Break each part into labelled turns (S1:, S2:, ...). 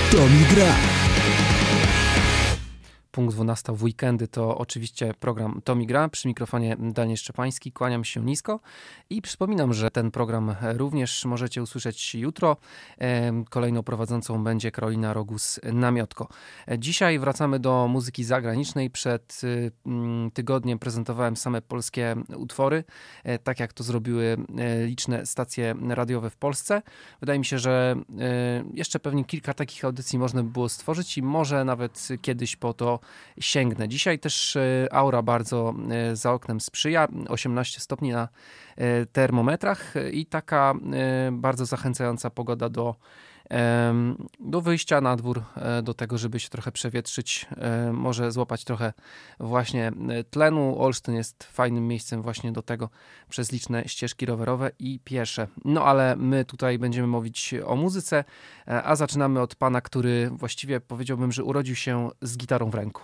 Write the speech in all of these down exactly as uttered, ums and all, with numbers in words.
S1: Tomi gra.
S2: Punkt dwunasta w weekendy to oczywiście program Tomi gra. Przy mikrofonie Daniel Szczepański. Kłaniam się nisko i przypominam, że ten program również możecie usłyszeć jutro. Kolejną prowadzącą będzie Karolina Rogus-Namiotko. Dzisiaj wracamy do muzyki zagranicznej. Przed tygodniem prezentowałem same polskie utwory, tak jak to zrobiły liczne stacje radiowe w Polsce. Wydaje mi się, że jeszcze pewnie kilka takich audycji można by było stworzyć i może nawet kiedyś po to sięgnę. Dzisiaj też aura bardzo za oknem sprzyja, osiemnaście stopni na termometrach i taka bardzo zachęcająca pogoda do, do wyjścia na dwór, do tego, żeby się trochę przewietrzyć, może złapać trochę właśnie tlenu. Olsztyn jest fajnym miejscem właśnie do tego przez liczne ścieżki rowerowe i piesze. No ale my tutaj będziemy mówić o muzyce, a zaczynamy od pana, który właściwie powiedziałbym, że urodził się z gitarą w ręku.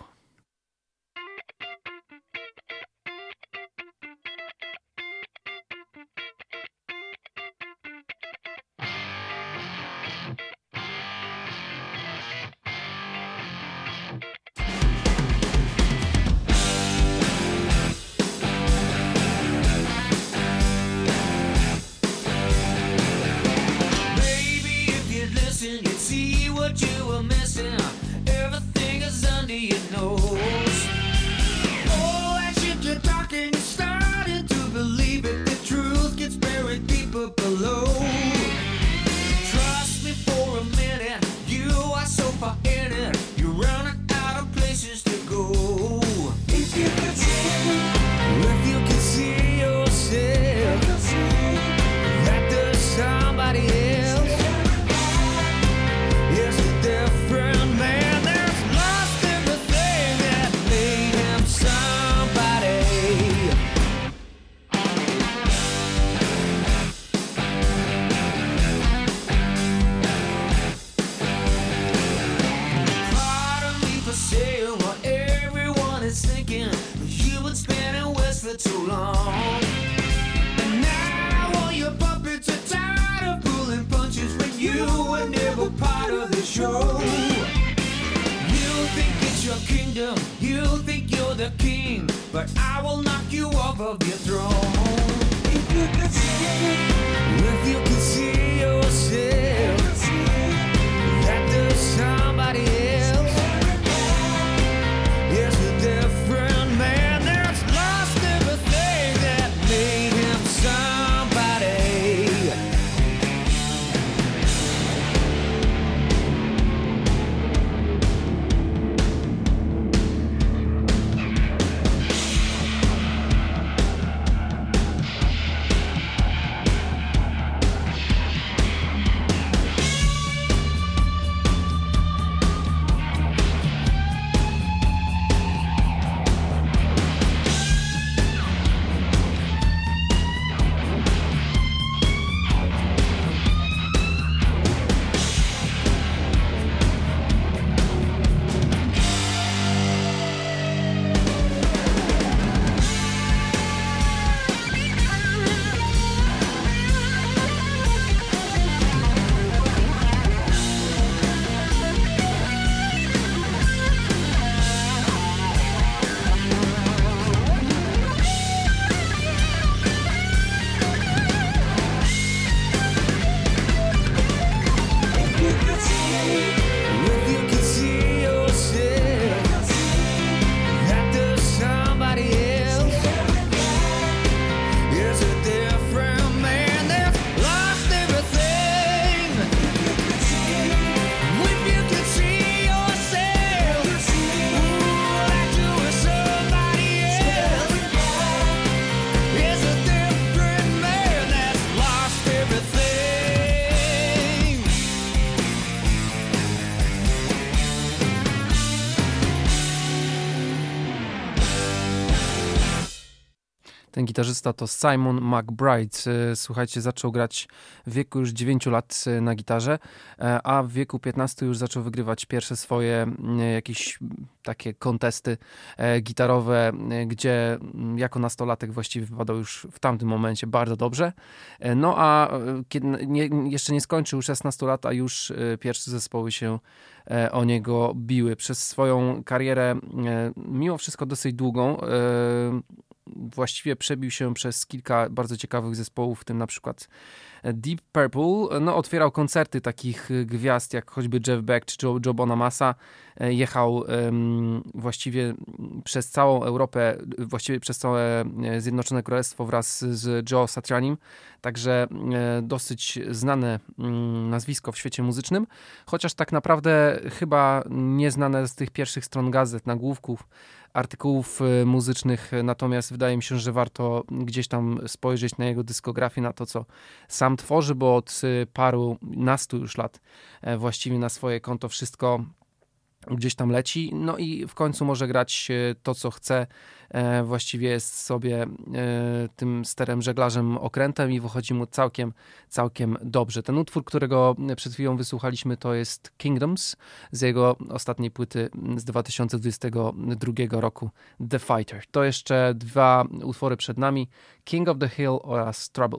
S2: Ten gitarzysta to Simon McBride. Słuchajcie, zaczął grać w wieku już dziewięciu lat na gitarze, a w wieku piętnastu już zaczął wygrywać pierwsze swoje jakieś takie kontesty gitarowe, gdzie jako nastolatek właściwie wypadał już w tamtym momencie bardzo dobrze. No a kiedy nie, jeszcze nie skończył szesnastu lat, a już pierwsze zespoły się o niego biły. Przez swoją karierę, mimo wszystko dosyć długą, właściwie przebił się przez kilka bardzo ciekawych zespołów, w tym na przykład Deep Purple. No, otwierał koncerty takich gwiazd jak choćby Jeff Beck czy Joe, Joe Bonamassa. Jechał um, właściwie przez całą Europę, właściwie przez całe Zjednoczone Królestwo wraz z Joe Satrianim. Także e, dosyć znane mm, nazwisko w świecie muzycznym. Chociaż tak naprawdę chyba nieznane z tych pierwszych stron gazet, nagłówków, artykułów muzycznych, natomiast wydaje mi się, że warto gdzieś tam spojrzeć na jego dyskografię, na to, co sam tworzy, bo od paru nastu już lat właściwie na swoje konto wszystko gdzieś tam leci, no i w końcu może grać to, co chce. Właściwie jest sobie tym sterem żeglarzem okrętem i wychodzi mu całkiem, całkiem dobrze. Ten utwór, którego przed chwilą wysłuchaliśmy, to jest Kingdoms z jego ostatniej płyty z dwa tysiące dwudziestego drugiego roku, The Fighter. To jeszcze dwa utwory przed nami, King of the Hill oraz Trouble.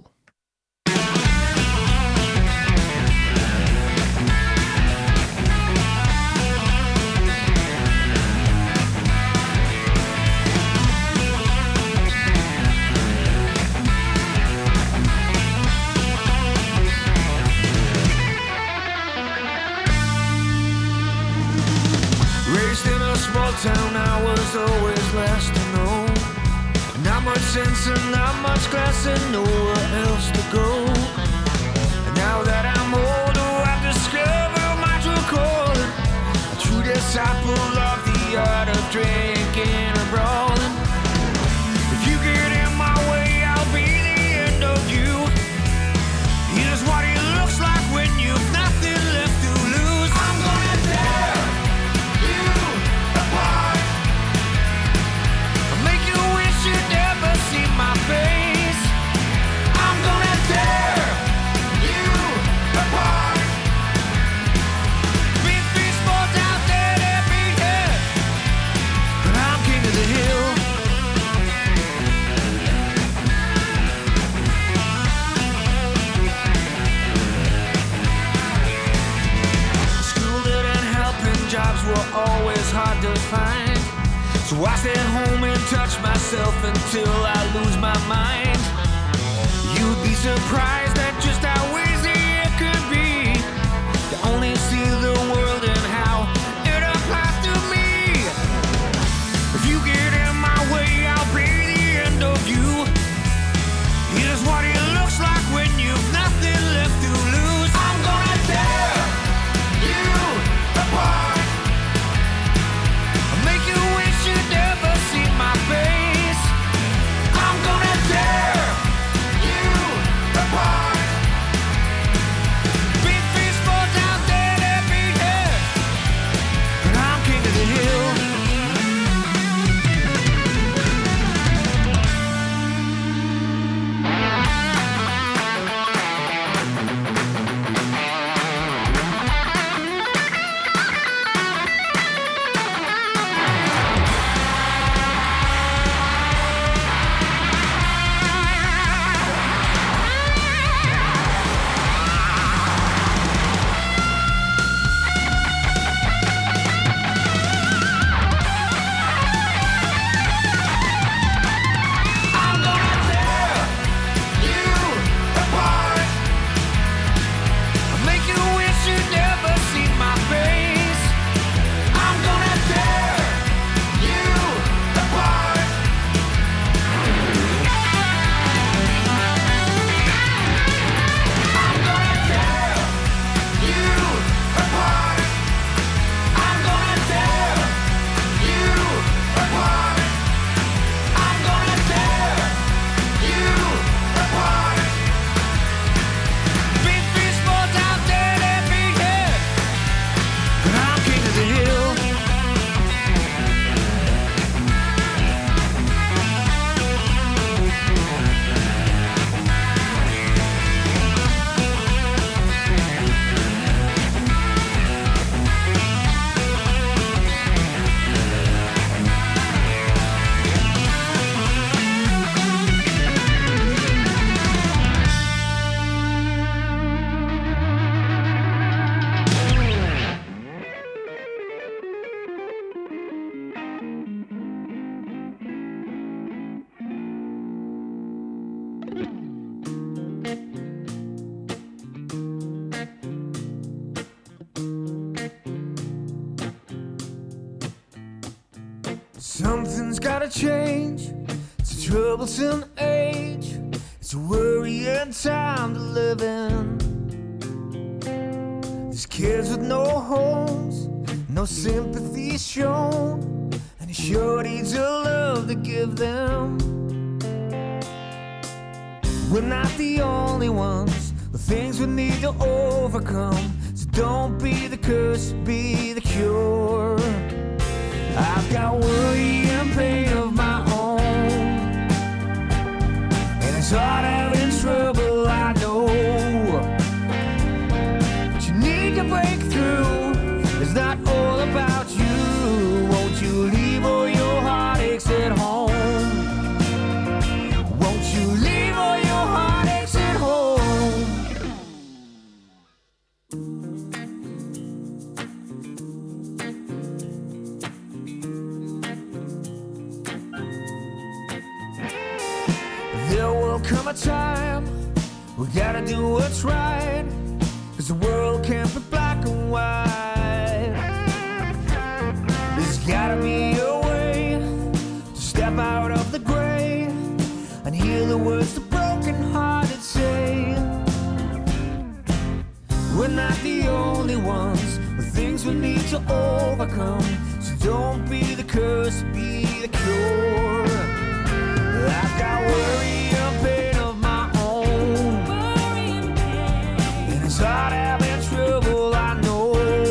S1: Small town, I was always last to know. Not much sense and not much class and nowhere else to go. And now that I'm older, I've discovered my true calling. A true disciple of the art of drinking and brawling. If you get in my way, I'll be the end of you. Here's what it looks like when you've nothing left to lose. I'm gonna tear you apart. I'll make you wish you'd never seen my face. I'm gonna tear you apart. Big fish falls out there to beat her, but I'm king of the hill. School didn't help and jobs were always hard to find. So I stay home and touch myself until I lose my mind. You'd be surprised at just how easy it could be to only see the world and how it applies to me. If you get in my way, I'll be the end of you. Here's what it looks like when you've nothing left to lose. I'm gonna tear you apart. I'll make you wish you'd never seen my face. I'm gonna tear you apart. Something's gotta change. It's a troublesome age. It's a worrying time to live in. These kids with no homes, no sympathy shown, and a shortage of love to give them. We're not the only ones with things we need to overcome. So don't be the curse, be the cure. I've got worry and pain of my own, and it's hard having trouble, I know. But you need to break through. It's not all about you. Won't you leave all your heartaches at home? Won't you leave all your heartaches at home? There will come a time we gotta do what's right, 'cause the world can't be black and white. There's gotta be a way to step out of the gray and hear the words the broken-hearted say. We're not the only ones with things we need to overcome. So don't be the curse, be the cure. I've got worry and pain of my own, and it's hard having trouble, I know.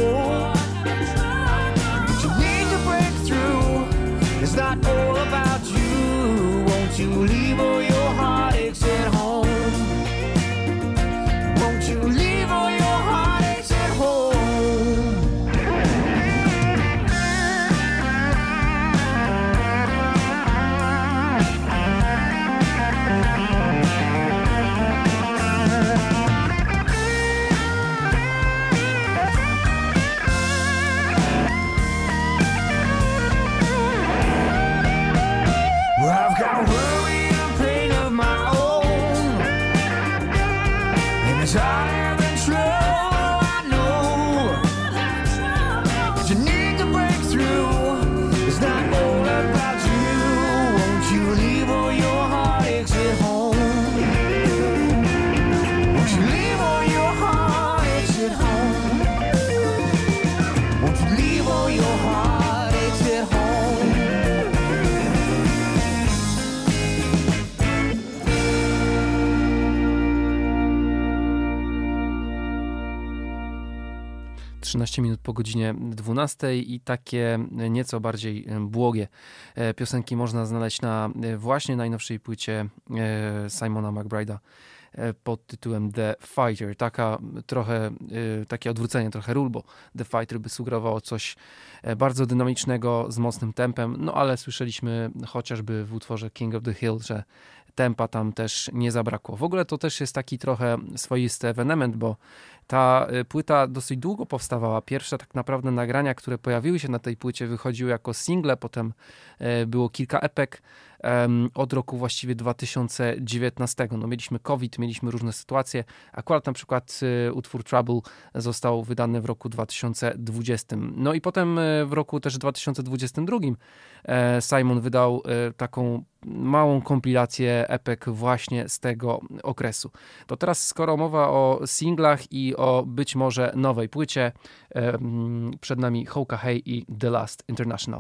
S1: But you need to break through. It's not all about you. Won't you leave all your heartaches at home? Won't you leave all your heartaches at home? I've got worry and pain of my own, and it's hard having trouble, I know. But you need to break through. It's not all about you. Won't you leave all your heartaches at home? Won't you leave all your heartaches at home? Won't you leave all your heartaches at home?
S2: trzynaście minut po godzinie dwunastej i takie nieco bardziej błogie piosenki można znaleźć na właśnie najnowszej płycie Simona McBride'a pod tytułem The Fighter. Taka trochę, takie odwrócenie, trochę ról, bo The Fighter by sugerowało coś bardzo dynamicznego, z mocnym tempem, no ale słyszeliśmy chociażby w utworze King of the Hill, że tempa tam też nie zabrakło. W ogóle to też jest taki trochę swoisty ewenement, bo ta płyta dosyć długo powstawała. Pierwsze tak naprawdę nagrania, które pojawiły się na tej płycie, wychodziły jako single, potem było kilka epek od roku właściwie dwa tysiące dziewiętnastego. No mieliśmy COVID, mieliśmy różne sytuacje. Akurat na przykład utwór Trouble został wydany w roku dwa tysiące dwudziestym. No i potem w roku też dwa tysiące dwudziestym drugim Simon wydał taką małą kompilację epek właśnie z tego okresu. To teraz, skoro mowa o singlach i o być może nowej płycie, przed nami Hoka Hey i The Last International.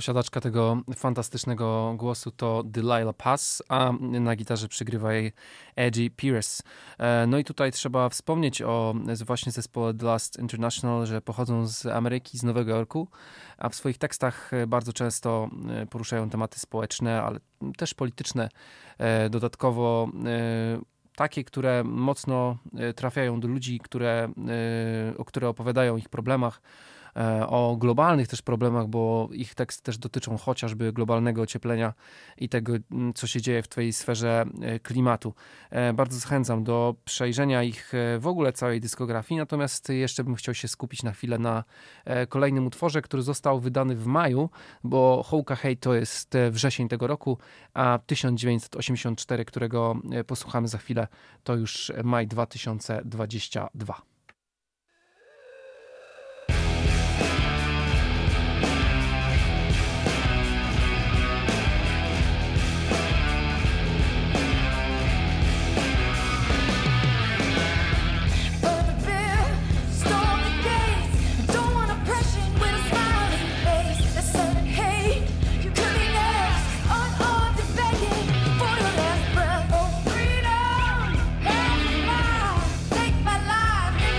S2: posiadaczka tego fantastycznego głosu to Delilah Pass, a na gitarze przygrywa jej Eddie Pierce. No i tutaj trzeba wspomnieć o właśnie zespole The Last International, że pochodzą z Ameryki, z Nowego Jorku, a w swoich tekstach bardzo często poruszają tematy społeczne, ale też polityczne. Dodatkowo takie, które mocno trafiają do ludzi, które, o które opowiadają o ich problemach, o globalnych też problemach, bo ich teksty też dotyczą chociażby globalnego ocieplenia i tego, co się dzieje w twojej sferze klimatu. Bardzo zachęcam do przejrzenia ich w ogóle całej dyskografii, natomiast jeszcze bym chciał się skupić na chwilę na kolejnym utworze, który został wydany w maju, bo Hoka Hey to jest wrzesień tego roku, a tysiąc dziewięćset osiemdziesiąt cztery, którego posłuchamy za chwilę, to już maj dwa tysiące dwudziesty drugi.
S3: Take my life.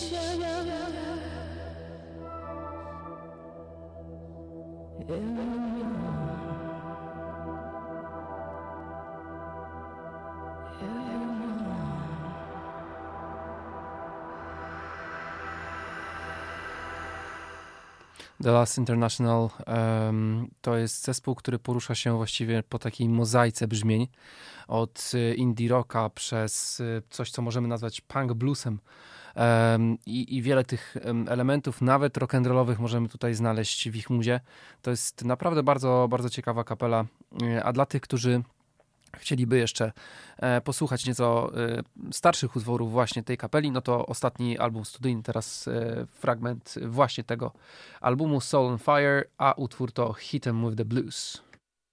S2: The Last International um, to jest zespół, który porusza się właściwie po takiej mozaice brzmień od indie rocka przez coś, co możemy nazwać punk bluesem. Um, i, I wiele tych um, elementów, nawet rock'n'rollowych, możemy tutaj znaleźć w ich muzie. To jest naprawdę bardzo, bardzo ciekawa kapela. A dla tych, którzy chcieliby jeszcze e, posłuchać nieco e, starszych utworów właśnie tej kapeli, no to ostatni album studyjny, teraz e, fragment właśnie tego albumu Soul on Fire, a utwór to Hit 'em with the Blues.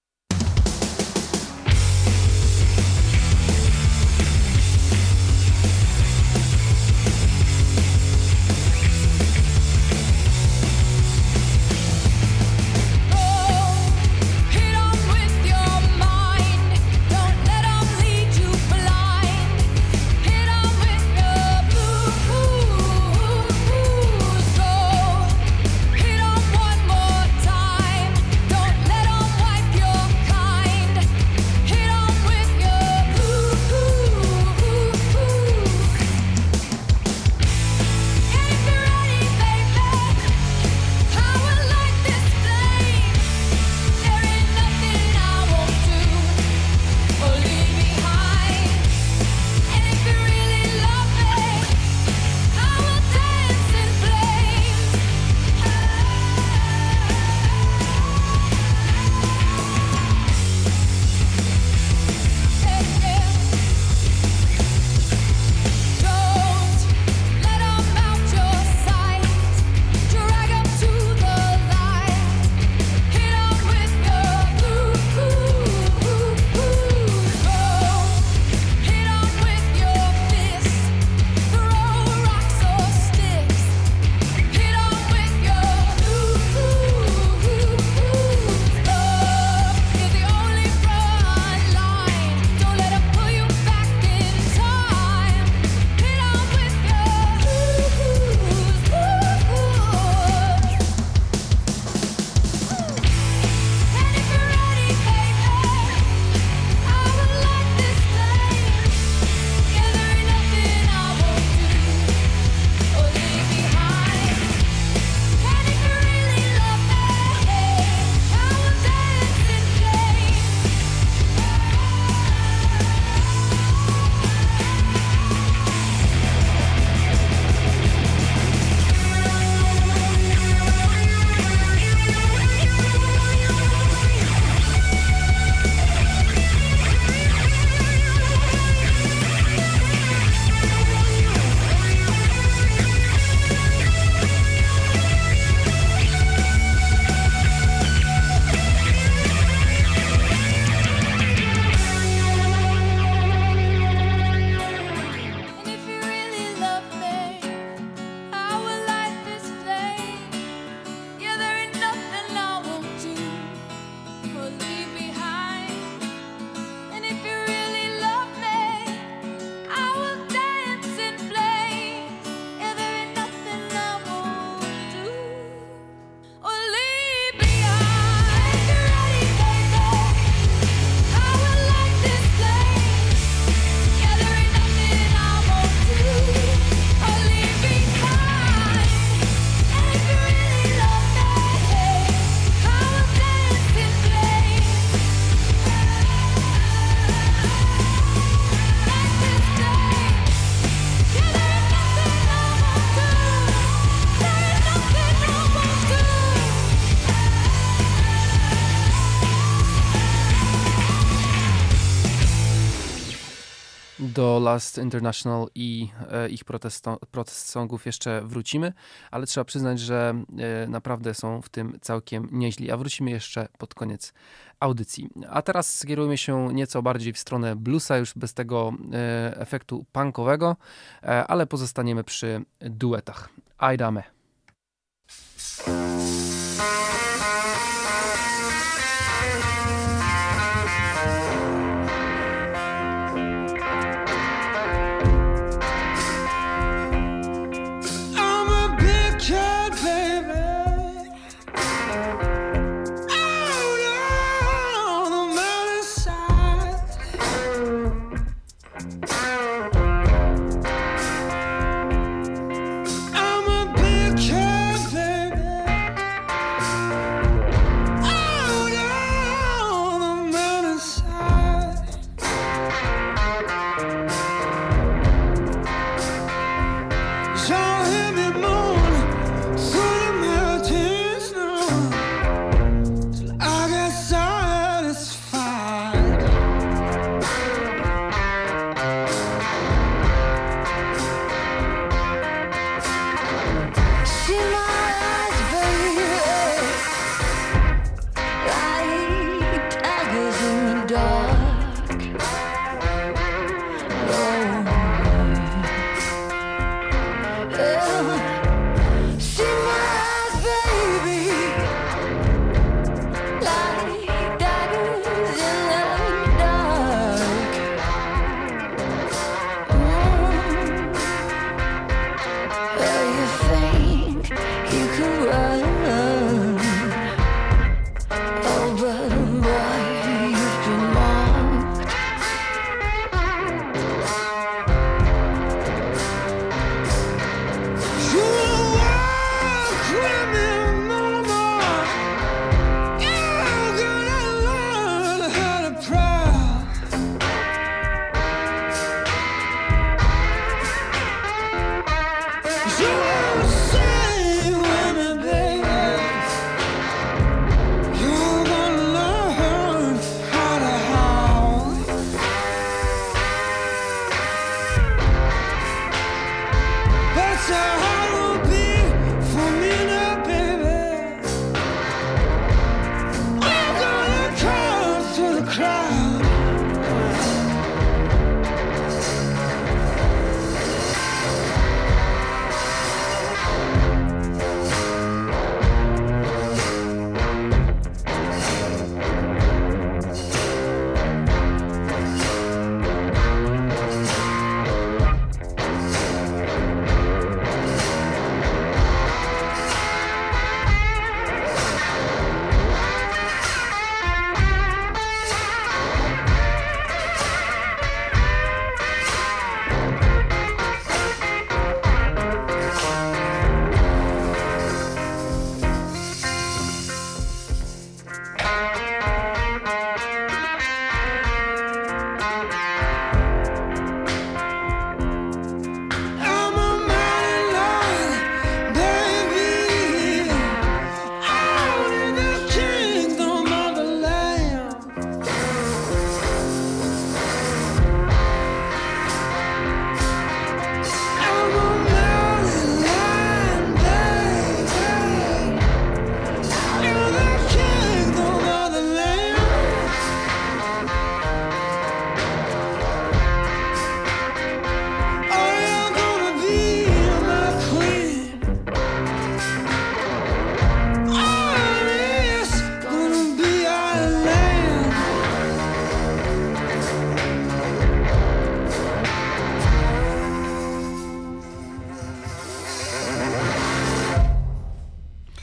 S2: Do Last International i e, ich protest, protest songów jeszcze wrócimy, ale trzeba przyznać, że e, naprawdę są w tym całkiem nieźli, a wrócimy jeszcze pod koniec audycji. A teraz skierujemy się nieco bardziej w stronę bluesa, już bez tego e, efektu punkowego, e, ale pozostaniemy przy duetach. Ajdame.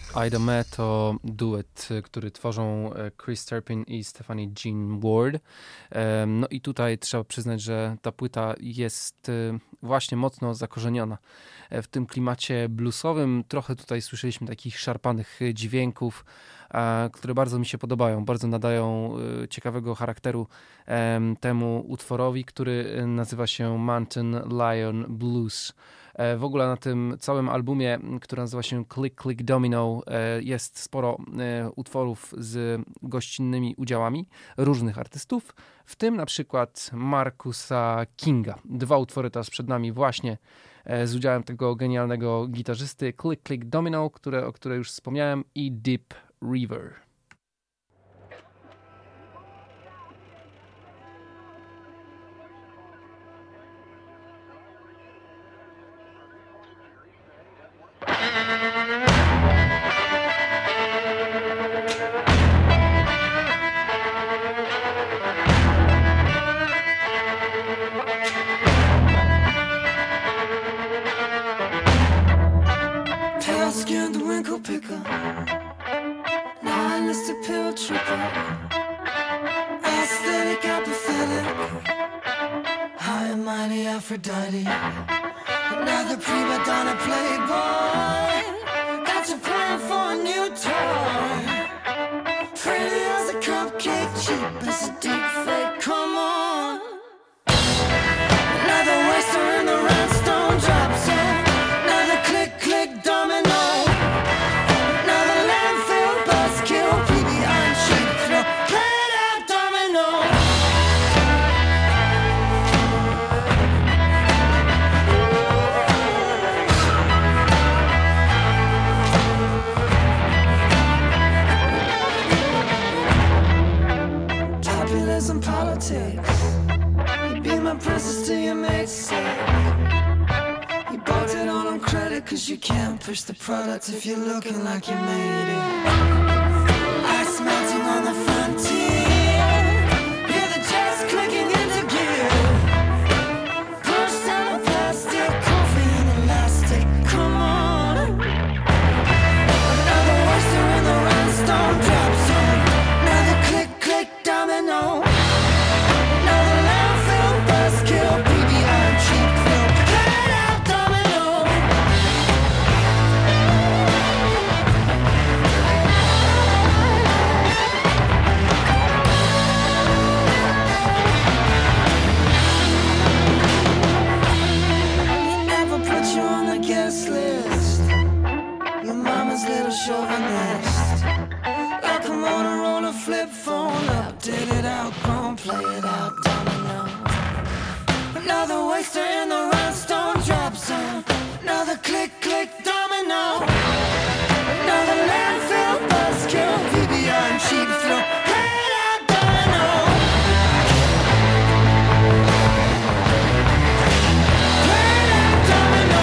S2: Ida Mae to duet, który tworzą Chris Turpin i Stephanie Jean Ward. No i tutaj trzeba przyznać, że ta płyta jest właśnie mocno zakorzeniona w tym klimacie bluesowym. Trochę tutaj słyszeliśmy takich szarpanych dźwięków, które bardzo mi się podobają, bardzo nadają ciekawego charakteru temu utworowi, który nazywa się Mountain Lion Blues. W ogóle na tym całym albumie, który nazywa się Click Click Domino, jest sporo utworów z gościnnymi udziałami różnych artystów, w tym na przykład Marcusa Kinga. Dwa utwory teraz przed nami właśnie z udziałem tego genialnego gitarzysty, Click Click Domino, które, o której już wspomniałem, i Deep River.
S1: Aphrodite, another prima donna playboy. Got you playing for a new toy. Pretty as a cupcake, cheap as a deep fake. Come on, another waster in the rhinestone drop zone. Another click click domino. Another landfill buzzkill. P B I and cheap thrill. Play that domino. And politics. You be my princess till your mate's sick. You bought it all on credit cause you can't push the product if you're looking like you made it. Ice melting on the frontier. Hear the jets clicking into gear. Push down the plastic, coffee and elastic. Come on. Another oyster in the rhinestone drop zone. Another click click domino. Chauvinist, like a Motorola flip phone, update it out, gon' play it out, domino. Another waster in the rhinestone drop zone. Another click click domino. Another landfill buzzkill. V B I and cheap thrill. Play it out, domino. Play it out, domino.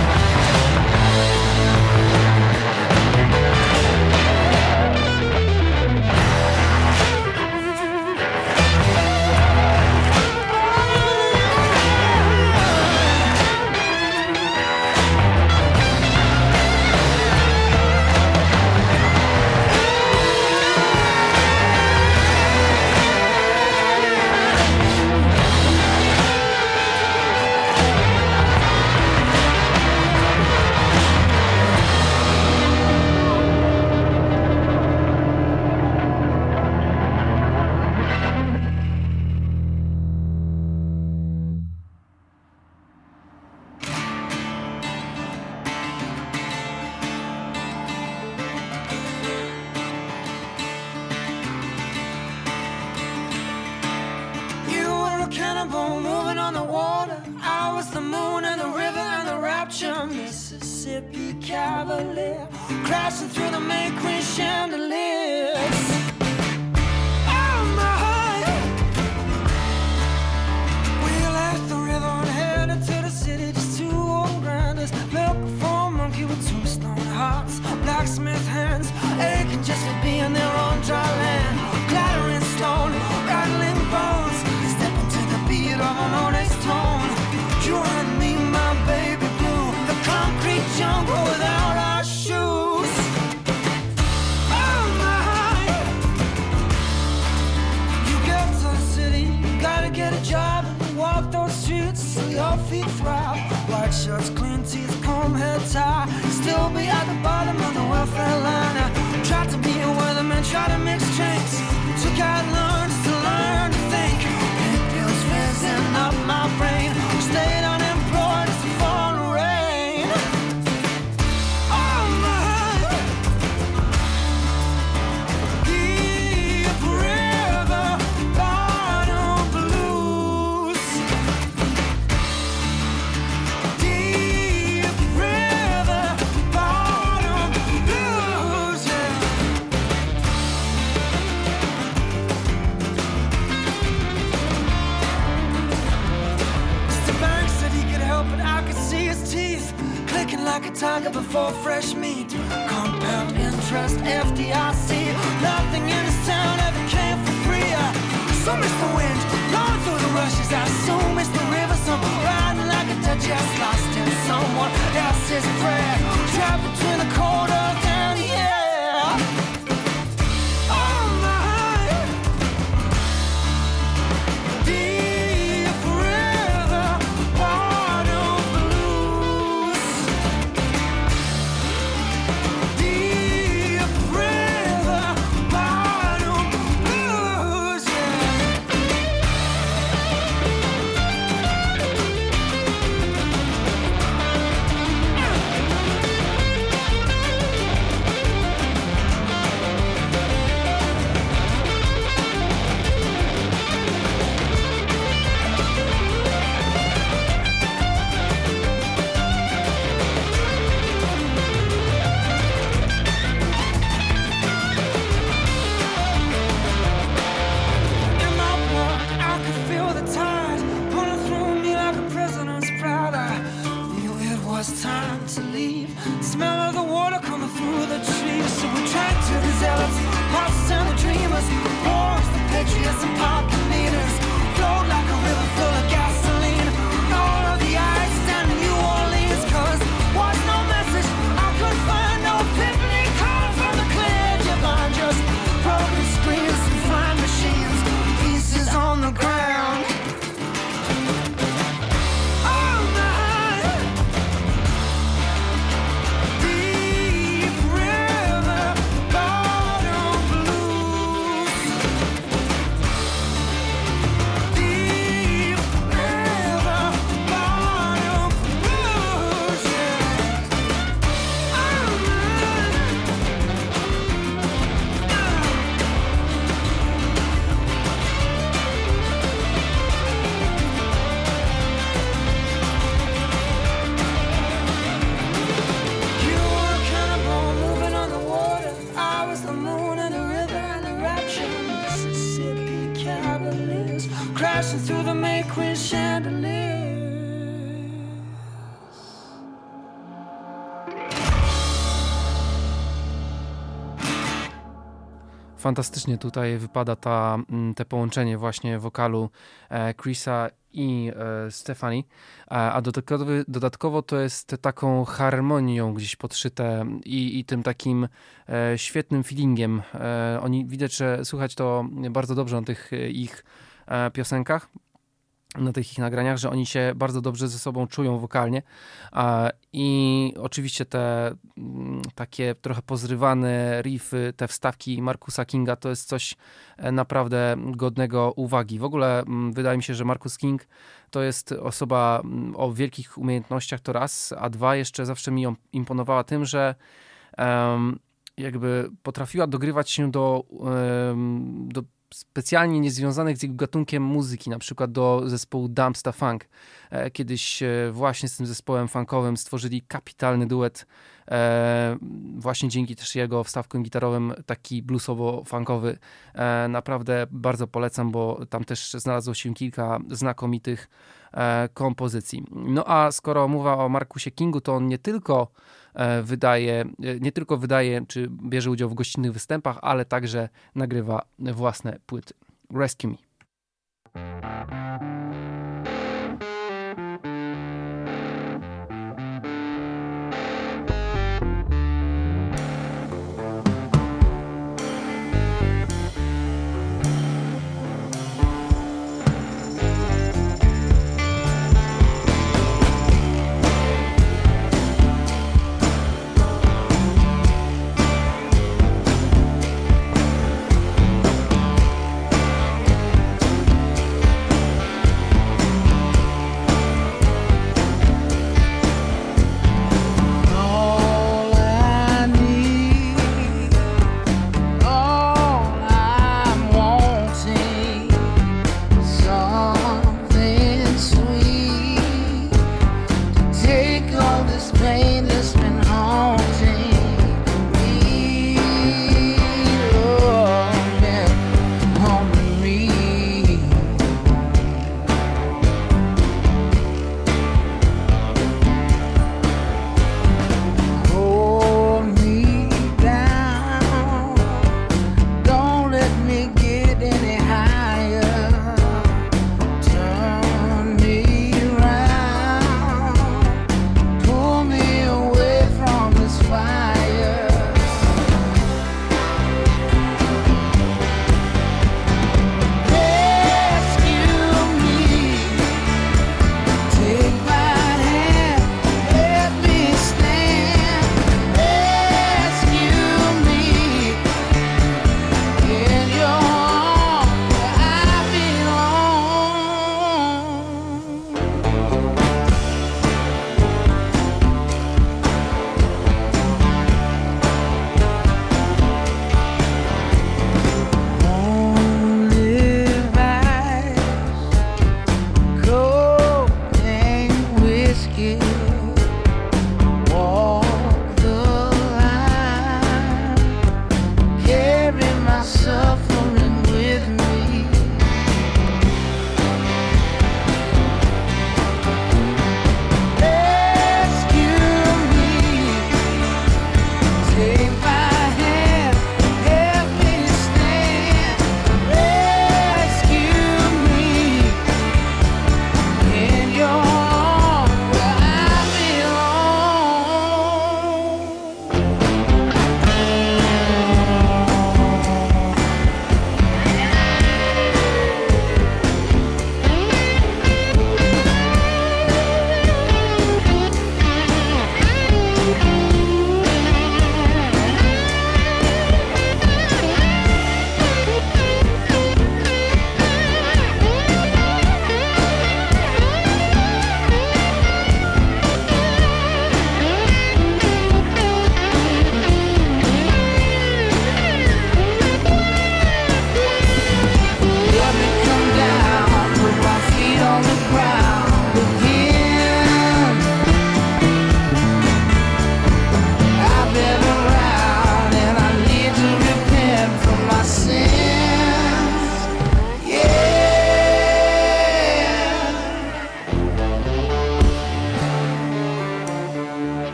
S1: Moving on the water, I was the moon and the river and the rapture. Mississippi Cavalier, crashing through the May Queen chandeliers. Oh my! We left the river and headed to the city, just two old grinders, milk for a monkey with two stone hearts, blacksmith hands, aching just for being there on dry land, clattering stone, rattling bones. Of an honest tone, you and me, my baby blue, the concrete jungle without our shoes. fresh meat, compound interest, F D I C. Nothing in this town ever came for free. I so miss the wind, blowing through the rushes. I so miss the river, someone riding like a Dutch ass, lost in someone else's prayer. Trapped between the cold earth and the air. Oh my, deep river, water blues. Deep river, water blues, yeah. In my blood, I could feel the tide pulling through me like a prisoner's pride. I knew it was time to leave. Smell of the water coming through the trees. So we drank to the zealots, hearts and the dreamers, wars, the patriots and pocket leaders. Flowed like a river full of gasoline. All of the ice down in New Orleans, 'cause was no message. I could find no epiphany calling from the clear divine. Just broken screens and flying machines, pieces on the ground. Oh my, deep river, bottom blues. Deep river, bottom blues, yeah. Oh You were a cannonball moving on the water. I was the moon and the river and the rapture. Mississippi Cavaliers crashing through the May Queen chandeliers.
S2: Fantastycznie tutaj wypada ta, mm, te połączenie właśnie wokalu e, Chrisa i e, Stephanie, a, a dodatkowo, dodatkowo to jest taką harmonią gdzieś podszyte i, i tym takim e, świetnym feelingiem. E, oni widać, że słychać to bardzo dobrze na tych e, ich e, piosenkach, na tych ich nagraniach, że oni się bardzo dobrze ze sobą czują wokalnie. A, I oczywiście te mm, takie trochę pozrywane riffy, te wstawki Marcusa Kinga to jest coś e, naprawdę godnego uwagi. W ogóle mm, wydaje mi się, że Marcus King to jest osoba mm, o wielkich umiejętnościach, to raz, a dwa jeszcze zawsze mi ją imponowała tym, że em, jakby potrafiła dogrywać się do, em, do specjalnie niezwiązanych z jego gatunkiem muzyki, na przykład do zespołu Dumpsta Funk. Kiedyś właśnie z tym zespołem funkowym stworzyli kapitalny duet, właśnie dzięki też jego wstawkom gitarowym, taki bluesowo-funkowy. Naprawdę bardzo polecam, bo tam też znalazło się kilka znakomitych kompozycji. No a skoro mowa o Marcusie Kingu, to on nie tylko wydaje, nie tylko wydaje, czy bierze udział w gościnnych występach, ale także nagrywa własne płyty. Rescue Me.
S1: oh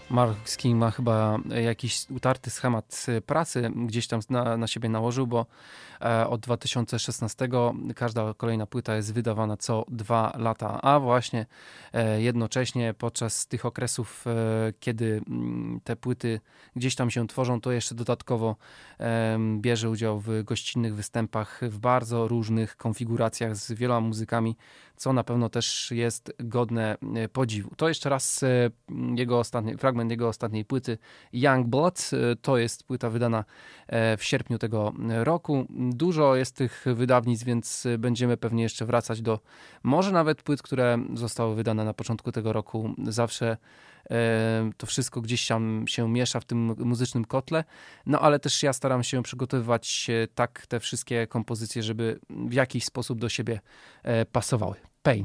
S2: Mark King ma chyba jakiś utarty schemat pracy gdzieś tam na, na siebie nałożył, bo od dwa tysiące szesnastego każda kolejna płyta jest wydawana co dwa lata, a właśnie jednocześnie podczas tych okresów, kiedy te płyty gdzieś tam się tworzą, to jeszcze dodatkowo bierze udział w gościnnych występach w bardzo różnych konfiguracjach z wieloma muzykami, co na pewno też jest godne podziwu. To jeszcze raz jego ostatni, fragment jego ostatniej płyty Young Blood. To jest płyta wydana w sierpniu tego roku. Dużo jest tych wydawnictw, więc będziemy pewnie jeszcze wracać do może nawet płyt, które zostały wydane na początku tego roku. Zawsze to wszystko gdzieś tam się miesza w tym muzycznym kotle, no ale też ja staram się przygotowywać tak te wszystkie kompozycje, żeby w jakiś sposób do siebie pasowały. Pain.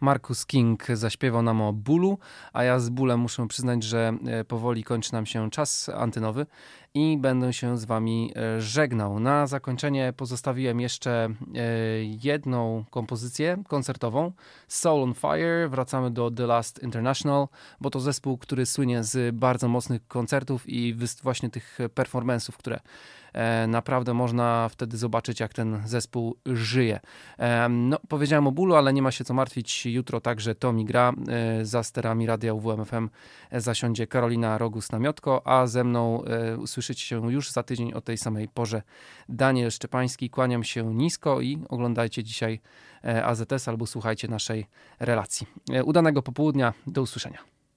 S2: Marcus King zaśpiewał nam o bólu, a ja z bólem muszę przyznać, że powoli kończy nam się czas antenowy i będę się z wami żegnał. Na zakończenie pozostawiłem jeszcze jedną kompozycję koncertową, Soul on Fire. Wracamy do The Last International, bo to zespół, który słynie z bardzo mocnych koncertów i właśnie tych performance'ów, które naprawdę można wtedy zobaczyć, jak ten zespół żyje. No, powiedziałem o bólu, ale nie ma się co martwić. Jutro także Tomi gra. Za sterami radia U W M F M zasiądzie Karolina Rogus-Namiotko, a ze mną usłyszycie się już za tydzień o tej samej porze. Daniel Szczepański, kłaniam się nisko i oglądajcie dzisiaj A Z S albo słuchajcie naszej relacji. Udanego popołudnia, do usłyszenia.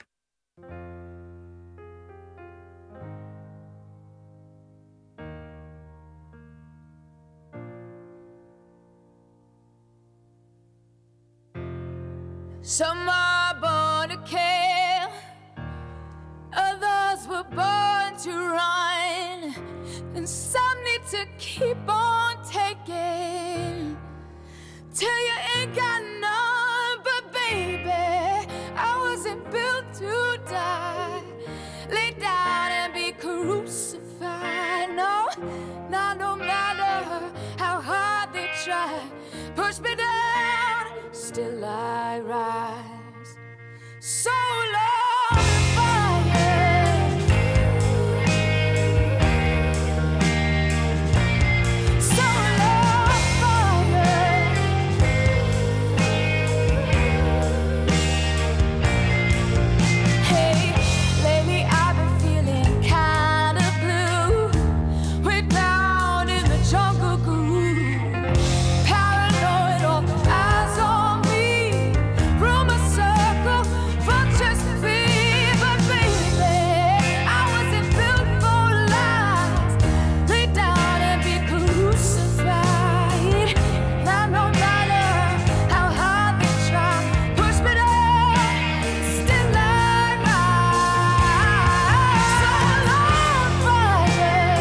S3: Some are born to kill, others were born to run, and some need to keep on taking till you ain't got none. But baby, I wasn't built to die, lay down and be crucified. No, not no matter how hard they try, push me down, still I rise. So long, fire. So long, fire. Hey, lately I've been feeling kinda blue, way down in the jungle groove, paranoid, all eyes on me, rumor circle, vultures feed. But baby, I wasn't built for lies, lay down and be crucified. Now no matter how hard they try, push me down, still I rise. So long, fire.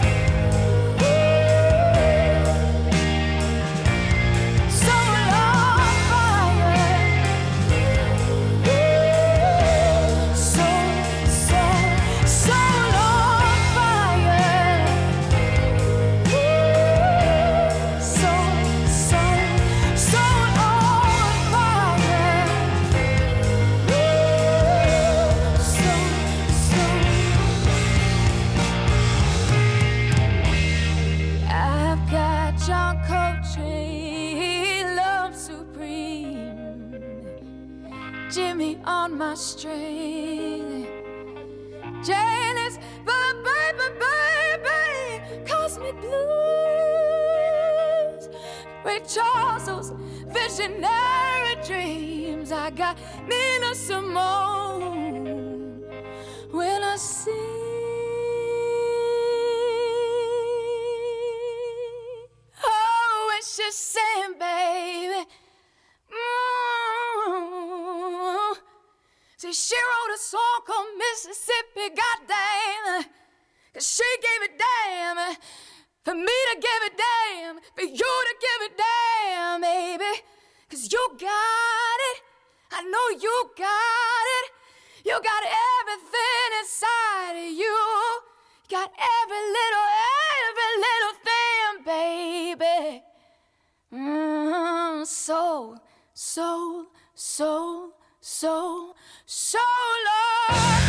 S3: So long, fire. So, so, so long, fire. So, so, so on fire. So, so. I've got John Coltrane, love supreme, Jimmy on my string, Janis, but baby, baby, cosmic blues, Ray Charles, those visionary dreams. I got Nina Simone when I see. Oh, when she's saying, baby, mm. See, she wrote a song called Mississippi, goddamn, 'cause she gave it damn, for me to give it damn, for you to give it damn, baby, 'cause you got it, I know you got it, you got everything inside of you, got every little, every little thing, baby. Mm, soul, soul, soul, soul, so long.